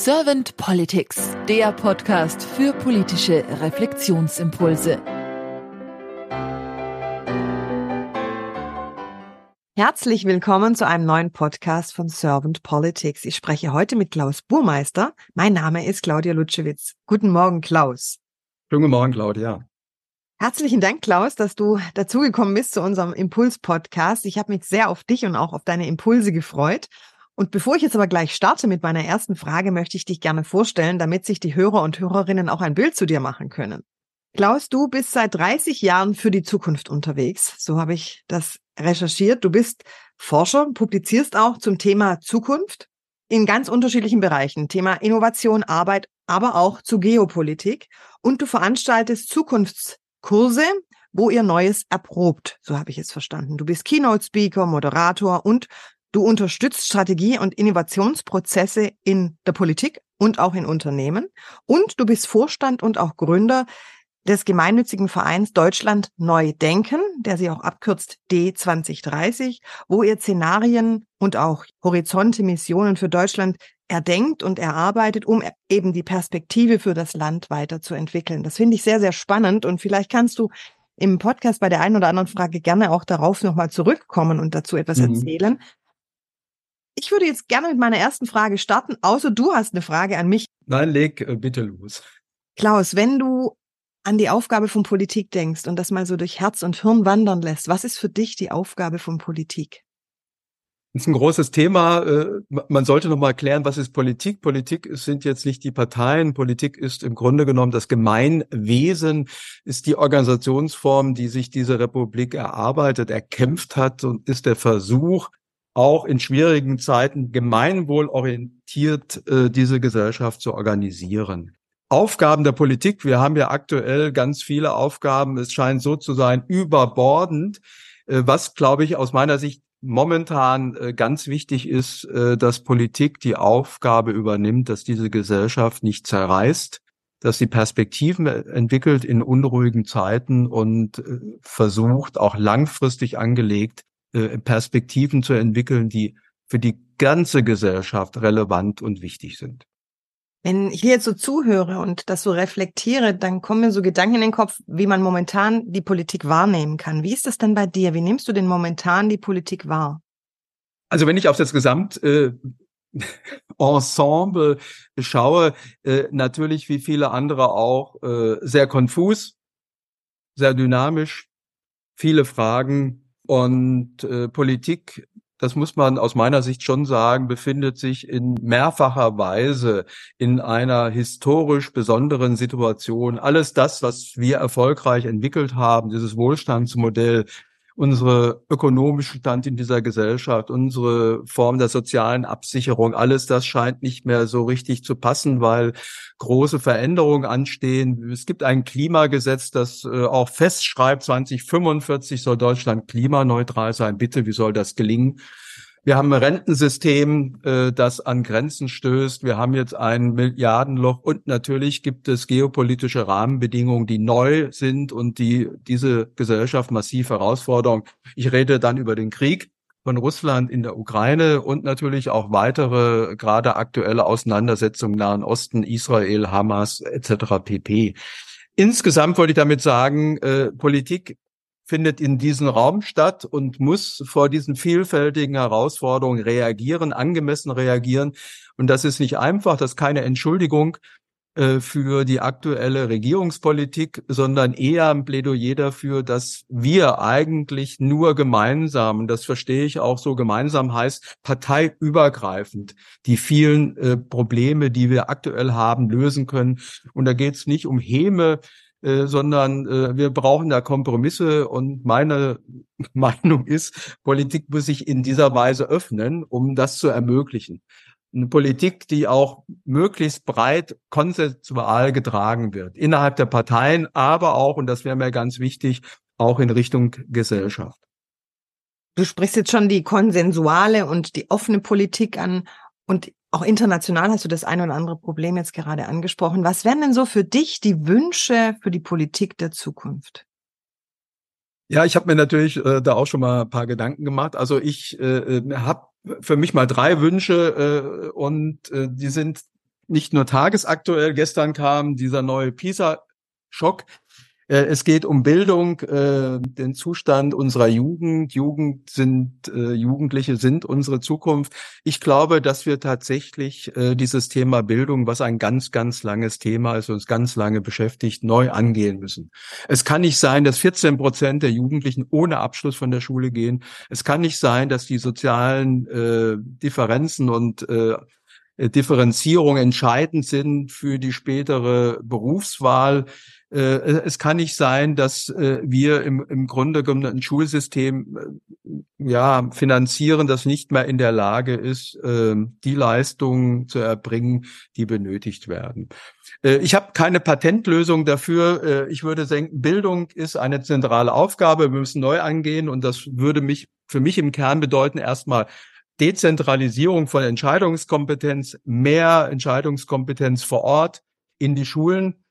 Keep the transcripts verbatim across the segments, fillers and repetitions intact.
Servant Politics, der Podcast für politische Reflexionsimpulse. Herzlich willkommen zu einem neuen Podcast von Servant Politics. Ich spreche heute mit Klaus Burmeister. Mein Name ist Claudia Lutschewitz. Guten Morgen, Klaus. Guten Morgen, Claudia. Herzlichen Dank, Klaus, dass du dazugekommen bist zu unserem Impuls-Podcast. Ich habe mich sehr auf dich und auch auf deine Impulse gefreut. Und bevor ich jetzt aber gleich starte mit meiner ersten Frage, möchte ich dich gerne vorstellen, damit sich die Hörer und Hörerinnen auch ein Bild zu dir machen können. Klaus, du bist seit dreißig Jahren für die Zukunft unterwegs. So habe ich das recherchiert. Du bist Forscher, publizierst auch zum Thema Zukunft in ganz unterschiedlichen Bereichen. Thema Innovation, Arbeit, aber auch zu Geopolitik. Und du veranstaltest Zukunftskurse, wo ihr Neues erprobt. So habe ich es verstanden. Du bist Keynote-Speaker, Moderator und du unterstützt Strategie- und Innovationsprozesse in der Politik und auch in Unternehmen. Und du bist Vorstand und auch Gründer des gemeinnützigen Vereins Deutschland neu denken, der sich auch abkürzt D zwanzig dreißig, wo ihr Szenarien und auch Horizonte, Missionen für Deutschland erdenkt und erarbeitet, um eben die Perspektive für das Land weiterzuentwickeln. Das finde ich sehr, sehr spannend und vielleicht kannst du im Podcast bei der einen oder anderen Frage gerne auch darauf nochmal zurückkommen und dazu etwas mhm. erzählen. Ich würde jetzt gerne mit meiner ersten Frage starten, außer du hast eine Frage an mich. Nein, leg äh, bitte los. Klaus, wenn du an die Aufgabe von Politik denkst und das mal so durch Herz und Hirn wandern lässt, was ist für dich die Aufgabe von Politik? Das ist ein großes Thema. Man sollte noch mal klären, was ist Politik? Politik sind jetzt nicht die Parteien. Politik ist im Grunde genommen das Gemeinwesen, ist die Organisationsform, die sich diese Republik erarbeitet, erkämpft hat und ist der Versuch, auch in schwierigen Zeiten gemeinwohlorientiert äh, diese Gesellschaft zu organisieren. Aufgaben der Politik, wir haben ja aktuell ganz viele Aufgaben, es scheint so zu sein, überbordend, äh, was, glaube ich, aus meiner Sicht momentan äh, ganz wichtig ist, äh, dass Politik die Aufgabe übernimmt, dass diese Gesellschaft nicht zerreißt, dass sie Perspektiven entwickelt in unruhigen Zeiten und äh, versucht, auch langfristig angelegt, Perspektiven zu entwickeln, die für die ganze Gesellschaft relevant und wichtig sind. Wenn ich hier jetzt so zuhöre und das so reflektiere, dann kommen mir so Gedanken in den Kopf, wie man momentan die Politik wahrnehmen kann. Wie ist das denn bei dir? Wie nimmst du denn momentan die Politik wahr? Also wenn ich auf das Gesamtensemble äh, schaue, äh, natürlich wie viele andere auch, äh, sehr konfus, sehr dynamisch, viele Fragen. Und äh, Politik, das muss man aus meiner Sicht schon sagen, befindet sich in mehrfacher Weise in einer historisch besonderen Situation. Alles das, was wir erfolgreich entwickelt haben, dieses Wohlstandsmodell, unsere ökonomische Stand in dieser Gesellschaft, unsere Form der sozialen Absicherung, alles das scheint nicht mehr so richtig zu passen, weil große Veränderungen anstehen. Es gibt ein Klimagesetz, das äh, auch festschreibt, zwanzig fünfundvierzig soll Deutschland klimaneutral sein. Bitte, wie soll das gelingen? Wir haben ein Rentensystem, äh, das an Grenzen stößt. Wir haben jetzt ein Milliardenloch und natürlich gibt es geopolitische Rahmenbedingungen, die neu sind und die diese Gesellschaft massiv herausfordern. Ich rede dann über den Krieg von Russland in der Ukraine und natürlich auch weitere, gerade aktuelle Auseinandersetzungen im Nahen Osten, Israel, Hamas et cetera pp. Insgesamt wollte ich damit sagen, äh, Politik findet in diesem Raum statt und muss vor diesen vielfältigen Herausforderungen reagieren, angemessen reagieren. Und das ist nicht einfach, das ist keine Entschuldigung äh, für die aktuelle Regierungspolitik, sondern eher ein Plädoyer dafür, dass wir eigentlich nur gemeinsam, und das verstehe ich auch so, gemeinsam heißt parteiübergreifend, die vielen äh, Probleme, die wir aktuell haben, lösen können. Und da geht es nicht um Häme, Äh, sondern äh, wir brauchen da Kompromisse und meine Meinung ist, Politik muss sich in dieser Weise öffnen, um das zu ermöglichen. Eine Politik, die auch möglichst breit konsensual getragen wird, innerhalb der Parteien, aber auch, und das wäre mir ganz wichtig, auch in Richtung Gesellschaft. Du sprichst jetzt schon die konsensuale und die offene Politik an und auch international hast du das ein oder andere Problem jetzt gerade angesprochen. Was wären denn so für dich die Wünsche für die Politik der Zukunft? Ja, ich habe mir natürlich äh, da auch schon mal ein paar Gedanken gemacht. Also ich äh, habe für mich mal drei Wünsche äh, und äh, die sind nicht nur tagesaktuell. Gestern kam dieser neue PISA-Schock. Es geht um Bildung, äh, den Zustand unserer Jugend. Jugend sind, äh, Jugendliche sind unsere Zukunft. Ich glaube, dass wir tatsächlich äh, dieses Thema Bildung, was ein ganz, ganz langes Thema ist, uns ganz lange beschäftigt, neu angehen müssen. Es kann nicht sein, dass vierzehn Prozent der Jugendlichen ohne Abschluss von der Schule gehen. Es kann nicht sein, dass die sozialen äh, Differenzen und äh, Differenzierung entscheidend sind für die spätere Berufswahl. Es kann nicht sein, dass wir im, im Grunde genommen ein Schulsystem ja finanzieren, das nicht mehr in der Lage ist, die Leistungen zu erbringen, die benötigt werden. Ich habe keine Patentlösung dafür. Ich würde denken, Bildung ist eine zentrale Aufgabe. Wir müssen neu angehen und das würde mich für mich im Kern bedeuten, erstmal Dezentralisierung von Entscheidungskompetenz, mehr Entscheidungskompetenz vor Ort in die Schulen,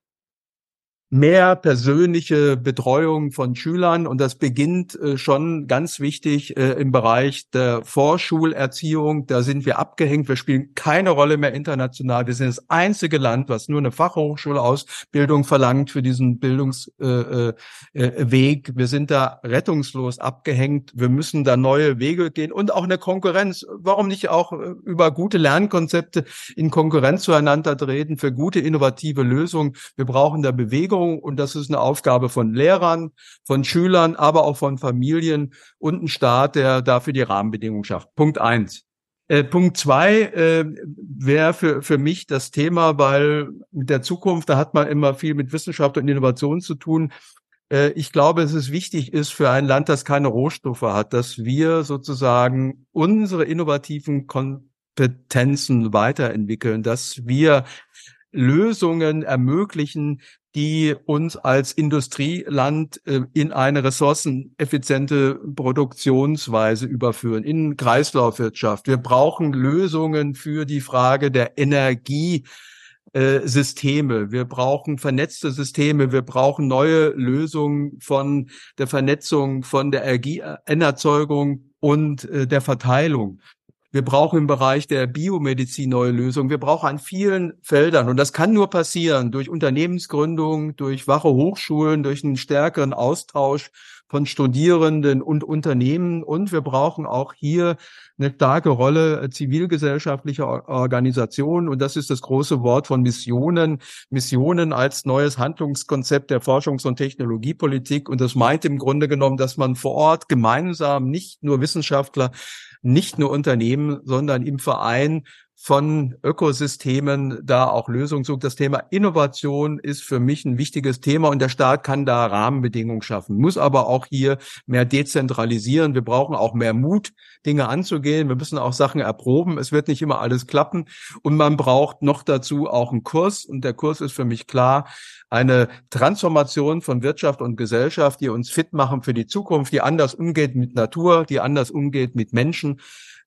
mehr persönliche Betreuung von Schülern und das beginnt äh, schon ganz wichtig äh, im Bereich der Vorschulerziehung. Da sind wir abgehängt. Wir spielen keine Rolle mehr international. Wir sind das einzige Land, was nur eine Fachhochschulausbildung verlangt für diesen Bildungsweg. Äh, äh, Weg. Wir sind da rettungslos abgehängt. Wir müssen da neue Wege gehen und auch eine Konkurrenz. Warum nicht auch äh, über gute Lernkonzepte in Konkurrenz zueinander treten für gute innovative Lösungen? Wir brauchen da Bewegung. Und das ist eine Aufgabe von Lehrern, von Schülern, aber auch von Familien und ein Staat, der dafür die Rahmenbedingungen schafft. Punkt eins. Äh, Punkt zwei äh, wäre für für mich das Thema, weil mit der Zukunft, da hat man immer viel mit Wissenschaft und Innovation zu tun. Äh, ich glaube, dass es wichtig ist für ein Land, das keine Rohstoffe hat, dass wir sozusagen unsere innovativen Kompetenzen weiterentwickeln, dass wir Lösungen ermöglichen, die uns als Industrieland äh, in eine ressourceneffiziente Produktionsweise überführen, in Kreislaufwirtschaft. Wir brauchen Lösungen für die Frage der Energiesysteme. Wir brauchen vernetzte Systeme. Wir brauchen neue Lösungen von der Vernetzung, von der Energieerzeugung und äh, der Verteilung. Wir brauchen im Bereich der Biomedizin neue Lösungen. Wir brauchen an vielen Feldern. Und das kann nur passieren durch Unternehmensgründung, durch wache Hochschulen, durch einen stärkeren Austausch von Studierenden und Unternehmen. Und wir brauchen auch hier eine starke Rolle zivilgesellschaftlicher Organisationen. Und das ist das große Wort von Missionen. Missionen als neues Handlungskonzept der Forschungs- und Technologiepolitik. Und das meint im Grunde genommen, dass man vor Ort gemeinsam nicht nur Wissenschaftler, nicht nur Unternehmen, sondern im Verein von Ökosystemen da auch Lösungen sucht. Das Thema Innovation ist für mich ein wichtiges Thema und der Staat kann da Rahmenbedingungen schaffen, muss aber auch hier mehr dezentralisieren. Wir brauchen auch mehr Mut, Dinge anzugehen. Wir müssen auch Sachen erproben. Es wird nicht immer alles klappen und man braucht noch dazu auch einen Kurs und der Kurs ist für mich klar, eine Transformation von Wirtschaft und Gesellschaft, die uns fit machen für die Zukunft, die anders umgeht mit Natur, die anders umgeht mit Menschen,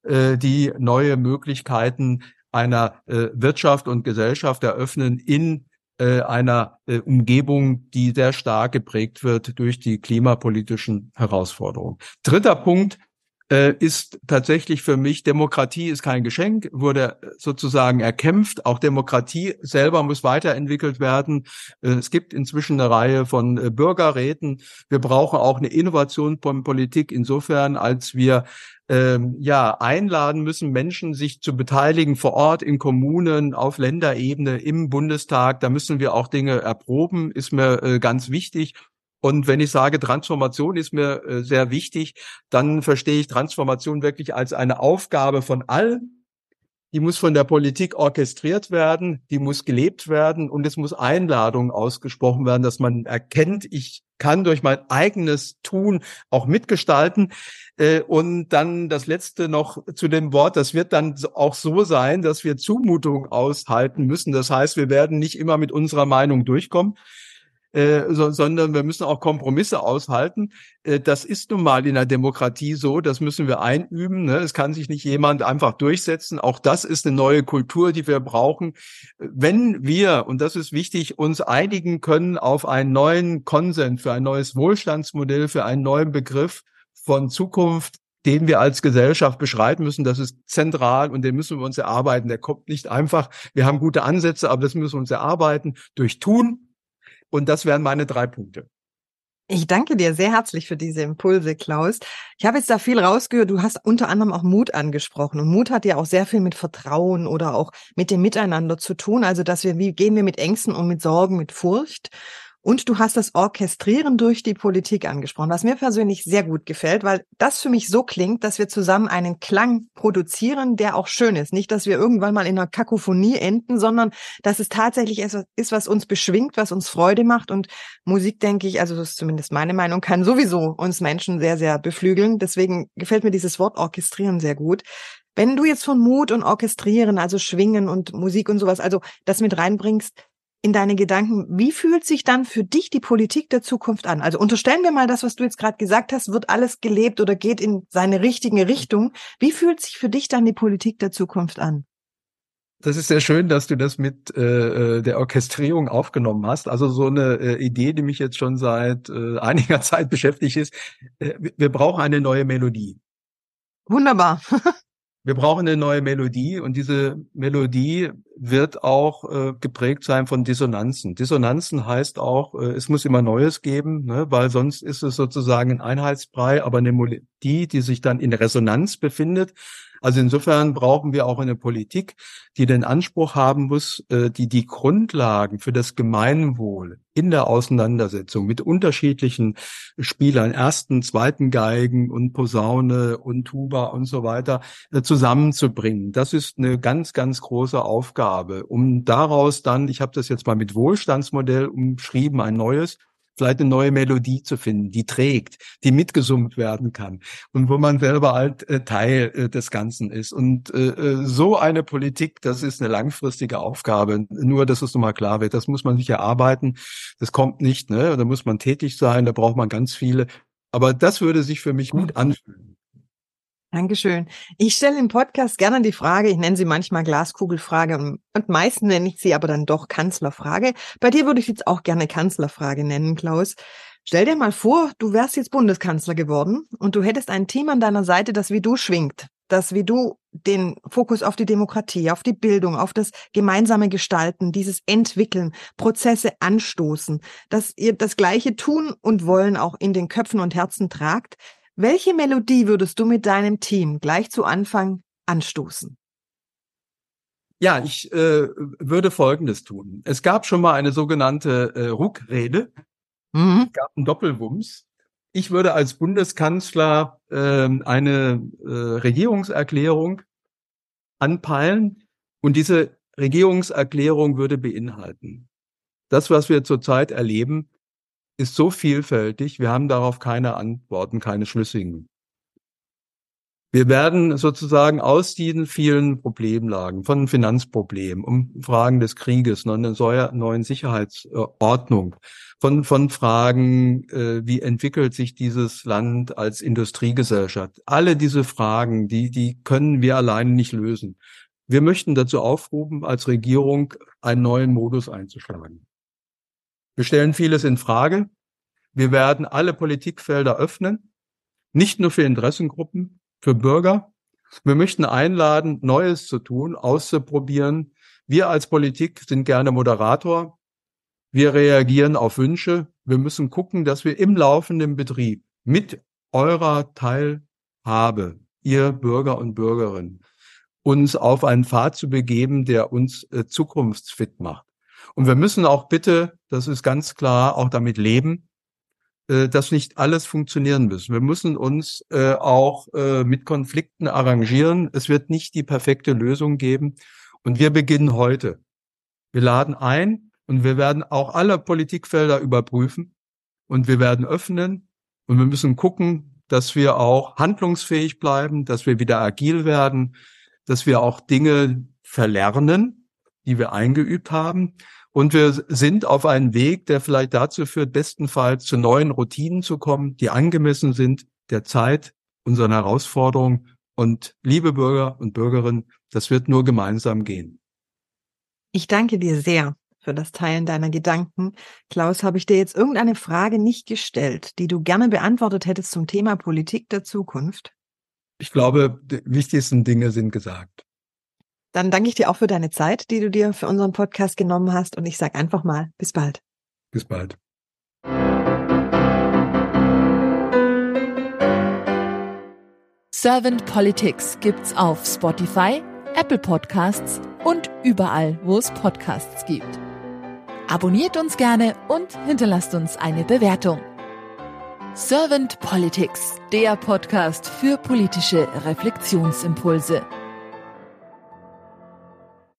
die neue Möglichkeiten einer äh, Wirtschaft und Gesellschaft eröffnen in äh, einer äh, Umgebung, die sehr stark geprägt wird durch die klimapolitischen Herausforderungen. Dritter Punkt äh, ist tatsächlich für mich, Demokratie ist kein Geschenk, wurde sozusagen erkämpft. Auch Demokratie selber muss weiterentwickelt werden. Äh, es gibt inzwischen eine Reihe von äh, Bürgerräten. Wir brauchen auch eine Innovation von Politik insofern, als wir Ähm, ja, einladen müssen, Menschen sich zu beteiligen vor Ort, in Kommunen, auf Länderebene, im Bundestag. Da müssen wir auch Dinge erproben, ist mir äh, ganz wichtig. Und wenn ich sage, Transformation ist mir äh, sehr wichtig, dann verstehe ich Transformation wirklich als eine Aufgabe von allen. Die muss von der Politik orchestriert werden, die muss gelebt werden und es muss Einladung ausgesprochen werden, dass man erkennt, ich kann durch mein eigenes Tun auch mitgestalten. Und dann das Letzte noch zu dem Wort, das wird dann auch so sein, dass wir Zumutungen aushalten müssen. Das heißt, wir werden nicht immer mit unserer Meinung durchkommen. Äh, so, sondern wir müssen auch Kompromisse aushalten. Äh, das ist nun mal in der Demokratie so, das müssen wir einüben. Ne? Es kann sich nicht jemand einfach durchsetzen. Auch das ist eine neue Kultur, die wir brauchen. Wenn wir, und das ist wichtig, uns einigen können auf einen neuen Konsens, für ein neues Wohlstandsmodell, für einen neuen Begriff von Zukunft, den wir als Gesellschaft beschreiten müssen. Das ist zentral und den müssen wir uns erarbeiten. Der kommt nicht einfach. Wir haben gute Ansätze, aber das müssen wir uns erarbeiten durch Tun. Und das wären meine drei Punkte. Ich danke dir sehr herzlich für diese Impulse, Klaus. Ich habe jetzt da viel rausgehört. Du hast unter anderem auch Mut angesprochen. Und Mut hat ja auch sehr viel mit Vertrauen oder auch mit dem Miteinander zu tun. Also, dass wir, wie gehen wir mit Ängsten um, mit Sorgen, mit Furcht? Und du hast das Orchestrieren durch die Politik angesprochen, was mir persönlich sehr gut gefällt, weil das für mich so klingt, dass wir zusammen einen Klang produzieren, der auch schön ist. Nicht, dass wir irgendwann mal in einer Kakophonie enden, sondern dass es tatsächlich etwas ist, was uns beschwingt, was uns Freude macht. Und Musik, denke ich, also das ist zumindest meine Meinung, kann sowieso uns Menschen sehr, sehr beflügeln. Deswegen gefällt mir dieses Wort Orchestrieren sehr gut. Wenn du jetzt von Mut und Orchestrieren, also Schwingen und Musik und sowas, also das mit reinbringst, in deine Gedanken, wie fühlt sich dann für dich die Politik der Zukunft an? Also unterstellen wir mal das, was du jetzt gerade gesagt hast, wird alles gelebt oder geht in seine richtige Richtung. Wie fühlt sich für dich dann die Politik der Zukunft an? Das ist sehr schön, dass du das mit äh, der Orchestrierung aufgenommen hast. Also so eine äh, Idee, die mich jetzt schon seit äh, einiger Zeit beschäftigt ist. Äh, wir brauchen eine neue Melodie. Wunderbar. Wir brauchen eine neue Melodie und diese Melodie wird auch äh, geprägt sein von Dissonanzen. Dissonanzen heißt auch, äh, es muss immer Neues geben, ne, weil sonst ist es sozusagen ein Einheitsbrei, aber eine Melodie, die sich dann in Resonanz befindet. Also insofern brauchen wir auch eine Politik, die den Anspruch haben muss, äh, die die Grundlagen für das Gemeinwohl in der Auseinandersetzung mit unterschiedlichen Spielern, ersten, zweiten Geigen und Posaune und Tuba und so weiter, äh, zusammenzubringen. Das ist eine ganz, ganz große Aufgabe, um daraus dann, ich habe das jetzt mal mit Wohlstandsmodell umschrieben, ein neues, vielleicht eine neue Melodie zu finden, die trägt, die mitgesummt werden kann und wo man selber halt äh, Teil äh, des Ganzen ist. Und äh, so eine Politik, das ist eine langfristige Aufgabe. Nur, dass es nochmal klar wird, das muss man sich erarbeiten. Das kommt nicht, ne? Da muss man tätig sein, da braucht man ganz viele. Aber das würde sich für mich gut anfühlen. Dankeschön. Ich stelle im Podcast gerne die Frage, ich nenne sie manchmal Glaskugelfrage und, und meistens nenne ich sie aber dann doch Kanzlerfrage. Bei dir würde ich jetzt auch gerne Kanzlerfrage nennen, Klaus. Stell dir mal vor, du wärst jetzt Bundeskanzler geworden und du hättest ein Team an deiner Seite, das wie du schwingt, das wie du den Fokus auf die Demokratie, auf die Bildung, auf das gemeinsame Gestalten, dieses Entwickeln, Prozesse anstoßen, dass ihr das Gleiche tun und wollen auch in den Köpfen und Herzen tragt. Welche Melodie würdest du mit deinem Team gleich zu Anfang anstoßen? Ja, ich äh, würde Folgendes tun. Es gab schon mal eine sogenannte äh, Ruck-Rede. Mhm. Es gab einen Doppelwumms. Ich würde als Bundeskanzler äh, eine äh, Regierungserklärung anpeilen und diese Regierungserklärung würde beinhalten: Das, was wir zurzeit erleben, ist so vielfältig, wir haben darauf keine Antworten, keine schlüssigen. Wir werden sozusagen aus diesen vielen Problemlagen, von Finanzproblemen, um Fragen des Krieges, einer neuen Sicherheitsordnung, von, von Fragen, äh, wie entwickelt sich dieses Land als Industriegesellschaft. Alle diese Fragen, die, die können wir alleine nicht lösen. Wir möchten dazu aufrufen, als Regierung einen neuen Modus einzuschlagen. Wir stellen vieles in Frage. Wir werden alle Politikfelder öffnen, nicht nur für Interessengruppen, für Bürger. Wir möchten einladen, Neues zu tun, auszuprobieren. Wir als Politik sind gerne Moderator. Wir reagieren auf Wünsche. Wir müssen gucken, dass wir im laufenden Betrieb mit eurer Teilhabe, ihr Bürger und Bürgerinnen, uns auf einen Pfad zu begeben, der uns äh, zukunftsfit macht. Und wir müssen auch bitte, das ist ganz klar, auch damit leben, äh, dass nicht alles funktionieren muss. Wir müssen uns äh, auch äh, mit Konflikten arrangieren. Es wird nicht die perfekte Lösung geben. Und wir beginnen heute. Wir laden ein und wir werden auch alle Politikfelder überprüfen und wir werden öffnen und wir müssen gucken, dass wir auch handlungsfähig bleiben, dass wir wieder agil werden, dass wir auch Dinge verlernen, die wir eingeübt haben. Und wir sind auf einem Weg, der vielleicht dazu führt, bestenfalls zu neuen Routinen zu kommen, die angemessen sind der Zeit, unseren Herausforderungen. Und liebe Bürger und Bürgerinnen, das wird nur gemeinsam gehen. Ich danke dir sehr für das Teilen deiner Gedanken. Klaus, habe ich dir jetzt irgendeine Frage nicht gestellt, die du gerne beantwortet hättest zum Thema Politik der Zukunft? Ich glaube, die wichtigsten Dinge sind gesagt. Dann danke ich dir auch für deine Zeit, die du dir für unseren Podcast genommen hast. Und ich sage einfach mal, bis bald. Bis bald. Servant Politics gibt's auf Spotify, Apple Podcasts und überall, wo es Podcasts gibt. Abonniert uns gerne und hinterlasst uns eine Bewertung. Servant Politics, der Podcast für politische Reflexionsimpulse.